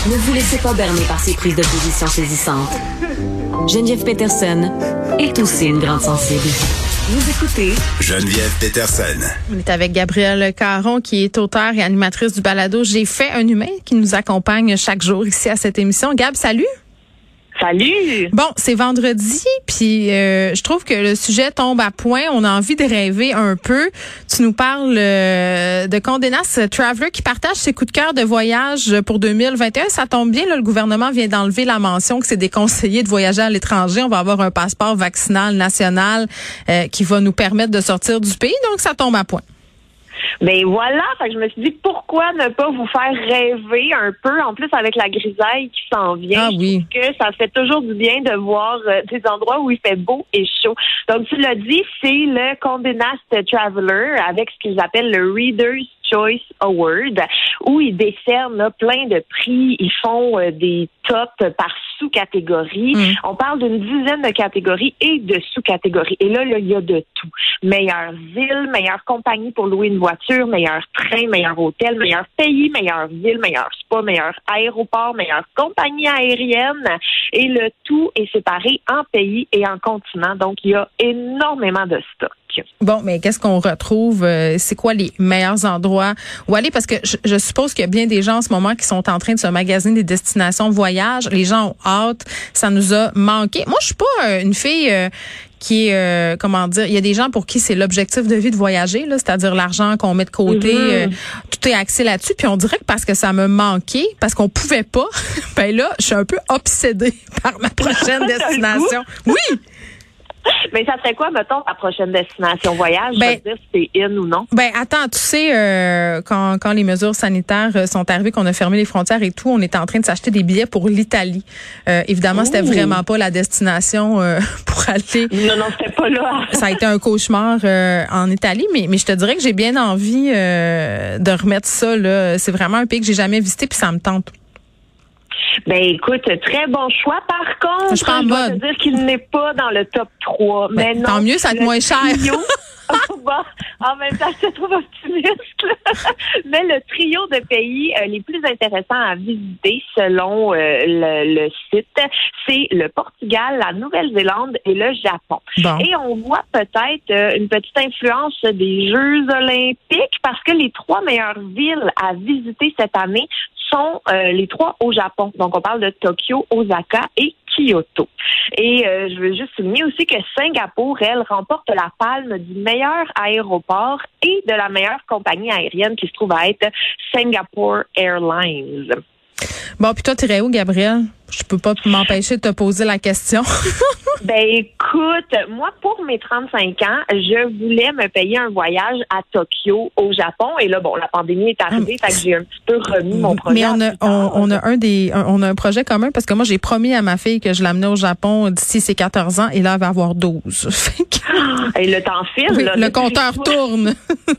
Ne vous laissez pas berner par ces prises de position saisissantes. Geneviève Peterson est aussi une grande sensible. Vous écoutez Geneviève Peterson. On est avec Gabrielle Caron, qui est auteure et animatrice du balado J'ai fait un humain, qui nous accompagne chaque jour ici à cette émission. Gab, salut! Salut! Bon, c'est vendredi, puis je trouve que le sujet tombe à point. On a envie de rêver un peu. Tu nous parles de Condé Nast Traveler qui partage ses coups de cœur de voyage pour 2021. Ça tombe bien, là, le gouvernement vient d'enlever la mention que c'est déconseillé de voyager à l'étranger. On va avoir un passeport vaccinal national qui va nous permettre de sortir du pays, donc ça tombe à point. Ben voilà, fait que je me suis dit pourquoi ne pas vous faire rêver un peu, en plus avec la grisaille qui s'en vient. Ah oui. Je trouve que ça fait toujours du bien de voir des endroits où il fait beau et chaud. Donc tu l'as dit, c'est le Condé Nast Traveler avec ce qu'ils appellent le Reader's Choice Award, où ils décernent là, plein de prix, ils font des tops par sous-catégorie. On parle d'une dizaine de catégories et de sous-catégories. Et là, il y a de tout. Meilleures villes, meilleure compagnie pour louer une voiture, meilleur train, meilleur hôtel, meilleur pays, meilleure ville, meilleur spa, meilleur aéroport, meilleure compagnie aérienne. Et le tout est séparé en pays et en continent. Donc, il y a énormément de stock. Bon, mais qu'est-ce qu'on retrouve? C'est quoi les meilleurs endroits où aller? Parce que je suppose qu'il y a bien des gens en ce moment qui sont en train de se magasiner des destinations de voyage. Les gens ont hâte. Ça nous a manqué. Moi, je suis pas une fille qui est, comment dire, il y a des gens pour qui c'est l'objectif de vie de voyager, là, c'est-à-dire l'argent qu'on met de côté. Tout est axé là-dessus. Puis on dirait que parce que ça me manquait, parce qu'on pouvait pas, ben là, je suis un peu obsédée par ma prochaine destination. Oui! Mais ça serait quoi, mettons, ta prochaine destination voyage? Je veux dire si c'est in ou non. Ben, attends, tu sais, quand les mesures sanitaires sont arrivées, qu'on a fermé les frontières et tout, on était en train de s'acheter des billets pour l'Italie. Évidemment, c'était vraiment pas la destination pour aller. Non, c'était pas là. Ça a été un cauchemar en Italie, mais je te dirais que j'ai bien envie de remettre ça, là. C'est vraiment un pays que j'ai jamais visité, puis ça me tente. Ben écoute, très bon choix. Par contre, je dois te dire qu'il n'est pas dans le top 3. Mais non, tant mieux, ça va être moins cher. Bon, en même temps, je te trouve optimiste. Mais le trio de pays les plus intéressants à visiter selon le site, c'est le Portugal, la Nouvelle-Zélande et le Japon. Bon. Et on voit peut-être une petite influence des Jeux olympiques parce que les 3 meilleures villes à visiter cette année sont les 3 au Japon. Donc, on parle de Tokyo, Osaka et Kyoto. Et je veux juste souligner aussi que Singapour, elle, remporte la palme du meilleur aéroport et de la meilleure compagnie aérienne qui se trouve à être Singapore Airlines. Bon, puis toi, t'irais où, Gabrielle? Je peux pas m'empêcher de te poser la question. Ben écoute, moi pour mes 35 ans, je voulais me payer un voyage à Tokyo au Japon et là bon, la pandémie est arrivée, fait que j'ai un petit peu remis mon projet. Mais on a un projet commun parce que moi j'ai promis à ma fille que je l'amenais au Japon d'ici ses 14 ans et là elle va avoir 12. Et le temps file, oui, là, le compteur tourne.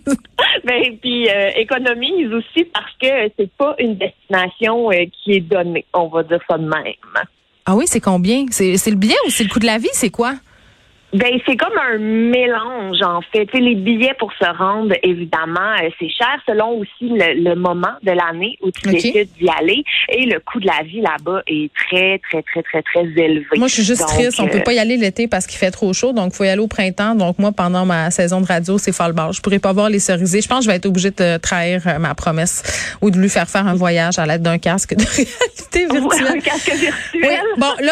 Ben puis économise aussi parce que c'est pas une destination qui est donnée, on va dire ça de même. Ah oui, c'est combien? C'est le billet ou c'est le coût de la vie? C'est quoi? Ben c'est comme un mélange en fait. Tu sais, les billets pour se rendre, évidemment, c'est cher selon aussi le moment de l'année où tu décides d'y aller. Et le coût de la vie là-bas est très, très, très, très, très élevé. Moi, je suis juste triste. On peut pas y aller l'été parce qu'il fait trop chaud. Donc, il faut y aller au printemps. Donc, moi, pendant ma saison de radio, c'est fall-ball. Je pourrais pas voir les cerisiers. Je pense que je vais être obligée de trahir ma promesse ou de lui faire un voyage à l'aide d'un casque de réalité virtuelle. Un casque virtuel. Oui. Bon, là,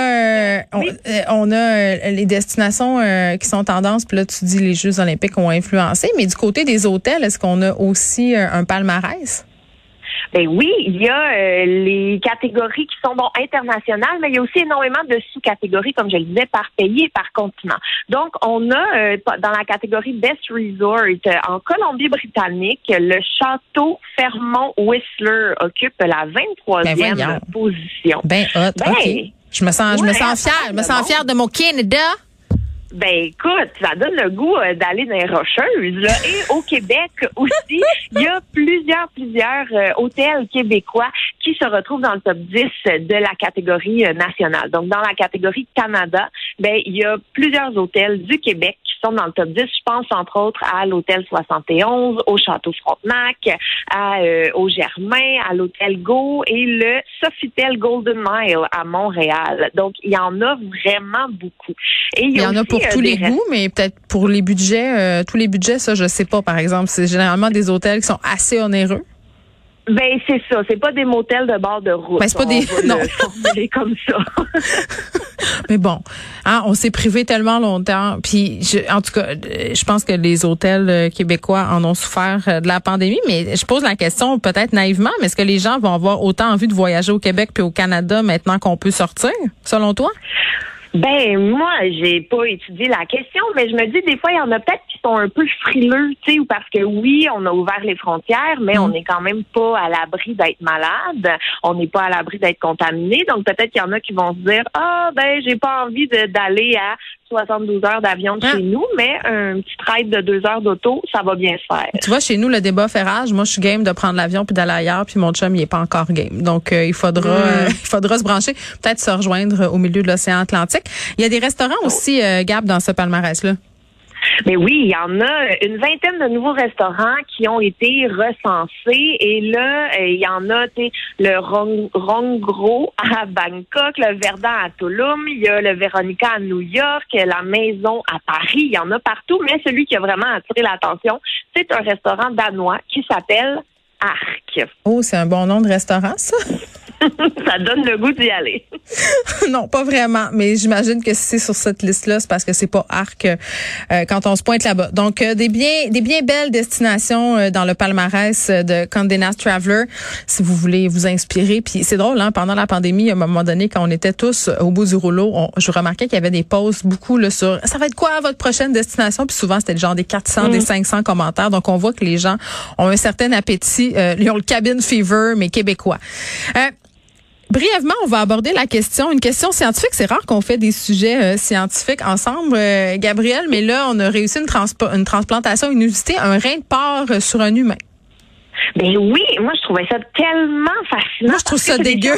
on a les destinations qui sont tendances, puis là, tu dis les Jeux olympiques ont influencé, mais du côté des hôtels, est-ce qu'on a aussi un palmarès? Ben oui, il y a les catégories qui sont internationales, mais il y a aussi énormément de sous-catégories, comme je le disais, par pays et par continent. Donc, on a dans la catégorie Best Resort en Colombie-Britannique, le château Fairmont Whistler occupe la 23e position. Ben hot, OK. Je me sens fière. Je me sens fière de mon Canada. Ben écoute, ça donne le goût d'aller dans les Rocheuses, là. Et au Québec aussi, il y a plusieurs hôtels québécois qui se retrouvent dans le top 10 de la catégorie nationale. Donc dans la catégorie Canada, ben il y a plusieurs hôtels du Québec qui sont dans le top 10. Je pense, entre autres, à l'Hôtel 71, au Château Frontenac, au Germain, à l'Hôtel Go et le Sofitel Golden Mile à Montréal. Donc, il y en a vraiment beaucoup. Et il y en a pour tous les goûts, mais peut-être pour les budgets, tous les budgets, ça, je sais pas, par exemple. C'est généralement des hôtels qui sont assez onéreux. Ben, c'est ça. C'est pas des motels de bord de route. Ben, c'est pas des, non. Formuler comme ça. Mais bon, hein, on s'est privé tellement longtemps. Puis, en tout cas, je pense que les hôtels québécois en ont souffert de la pandémie. Mais je pose la question peut-être naïvement, mais est-ce que les gens vont avoir autant envie de voyager au Québec puis au Canada maintenant qu'on peut sortir, selon toi? Ben, moi, j'ai pas étudié la question, mais je me dis, des fois, il y en a peut-être qui sont un peu frileux, tu sais, ou parce que oui, on a ouvert les frontières, mais on n'est quand même pas à l'abri d'être malade. On n'est pas à l'abri d'être contaminé. Donc, peut-être qu'il y en a qui vont se dire, j'ai pas envie d'aller à 72 heures d'avion de chez nous, mais un petit ride de 2 heures d'auto, ça va bien se faire. Tu vois, chez nous, le débat fait rage. Moi, je suis game de prendre l'avion puis d'aller ailleurs, puis mon chum, il est pas encore game. Donc, il faudra se brancher, peut-être se rejoindre au milieu de l'océan Atlantique. Il y a des restaurants aussi, Gab, dans ce palmarès-là. Mais oui, il y en a une vingtaine de nouveaux restaurants qui ont été recensés. Et là, il y en a, tu sais, le Rongro à Bangkok, le Verdun à Tulum, il y a le Véronica à New York, la Maison à Paris. Il y en a partout, mais celui qui a vraiment attiré l'attention, c'est un restaurant danois qui s'appelle Arc. Oh, c'est un bon nom de restaurant, ça? Ça donne le goût d'y aller. Non, pas vraiment, mais j'imagine que si c'est sur cette liste-là, c'est parce que c'est pas Arc quand on se pointe là-bas. Donc des bien belles destinations dans le palmarès de Condé Nast Traveler, si vous voulez vous inspirer. Puis c'est drôle, hein, pendant la pandémie, à un moment donné, quand on était tous au bout du rouleau, je remarquais qu'il y avait des posts beaucoup là sur ça va être quoi votre prochaine destination, puis souvent c'était le genre des 400, des 500 commentaires. Donc on voit que les gens ont un certain appétit, ils ont le cabin fever mais québécois. Brièvement, on va aborder une question scientifique. C'est rare qu'on fait des sujets scientifiques ensemble, Gabriel, mais là, on a réussi une transplantation inusitée, un rein de porc sur un humain. Ben oui, moi, je trouvais ça tellement fascinant. Moi, je trouve ça dégueu.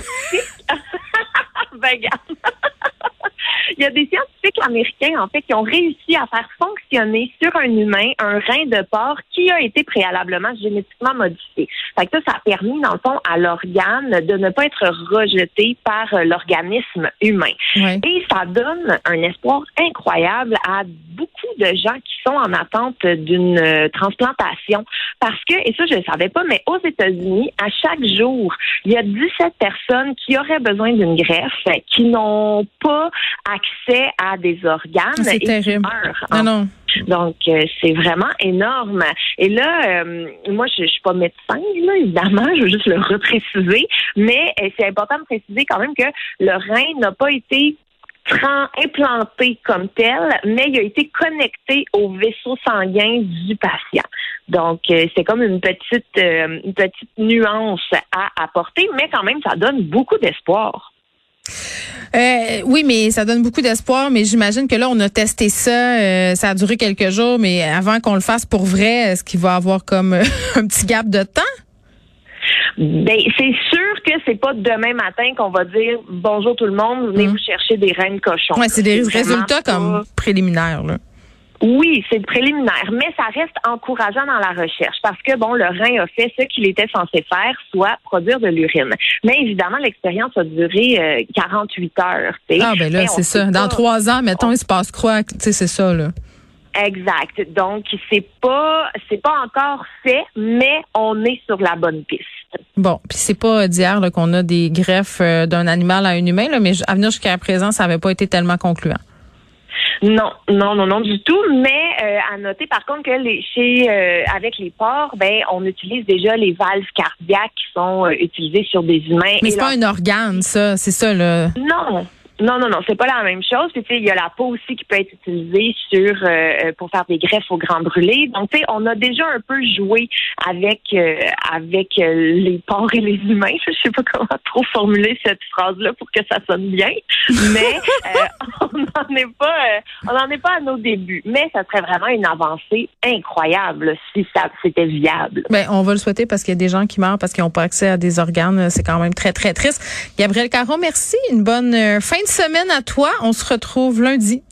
Ben, regarde. Il y a des scientifiques américains, en fait, qui ont réussi à faire fonctionner sur un humain un rein de porc qui a été préalablement génétiquement modifié. Fait que ça a permis, dans le fond, à l'organe de ne pas être rejeté par l'organisme humain. Ouais. Et ça donne un espoir incroyable à beaucoup de gens qui sont en attente d'une transplantation. Parce que, et ça, je ne savais pas, mais aux États-Unis, à chaque jour, il y a 17 personnes qui auraient besoin d'une greffe, qui n'ont pas accès à des organes. C'est terrible. Non. Donc, c'est vraiment énorme. Et là, moi, je suis pas médecin, là, évidemment, je veux juste le repréciser, mais c'est important de préciser quand même que le rein n'a pas été implanté comme tel, mais il a été connecté au vaisseau sanguin du patient. Donc, c'est comme une petite nuance à apporter, mais quand même, ça donne beaucoup d'espoir. Oui, mais ça donne beaucoup d'espoir, mais j'imagine que là, on a testé ça, ça a duré quelques jours, mais avant qu'on le fasse pour vrai, est-ce qu'il va y avoir comme un petit gap de temps? Ben, c'est sûr que c'est pas demain matin qu'on va dire bonjour tout le monde, venez vous chercher des reins de cochon. Ouais, c'est des résultats comme préliminaires, là. Oui, c'est le préliminaire, mais ça reste encourageant dans la recherche parce que, bon, le rein a fait ce qu'il était censé faire, soit produire de l'urine. Mais évidemment, l'expérience a duré 48 heures. T'sais. Ah, ben là, c'est ça. Dans 3 ans, mettons, il se passe quoi? Tu sais, c'est ça, là. Exact. Donc, c'est pas encore fait, mais on est sur la bonne piste. Bon, puis c'est pas d'hier là, qu'on a des greffes d'un animal à un humain, là, mais à venir jusqu'à présent, ça n'avait pas été tellement concluant. Non, du tout. Mais à noter par contre que avec les porcs, ben on utilise déjà les valves cardiaques qui sont utilisées sur des humains. Mais c'est pas un organe, ça, c'est ça là. Non, c'est pas la même chose. Puis tu sais, il y a la peau aussi qui peut être utilisée pour faire des greffes au grand brûlé. Donc tu sais, on a déjà un peu joué avec les porcs et les humains. Je sais pas comment trop formuler cette phrase-là pour que ça sonne bien, mais on n'en est pas à nos débuts. Mais ça serait vraiment une avancée incroyable si c'était viable. Ben on va le souhaiter parce qu'il y a des gens qui meurent parce qu'ils n'ont pas accès à des organes. C'est quand même très très triste. Gabriel Caron, merci. Une bonne fin de semaine à toi. On se retrouve lundi.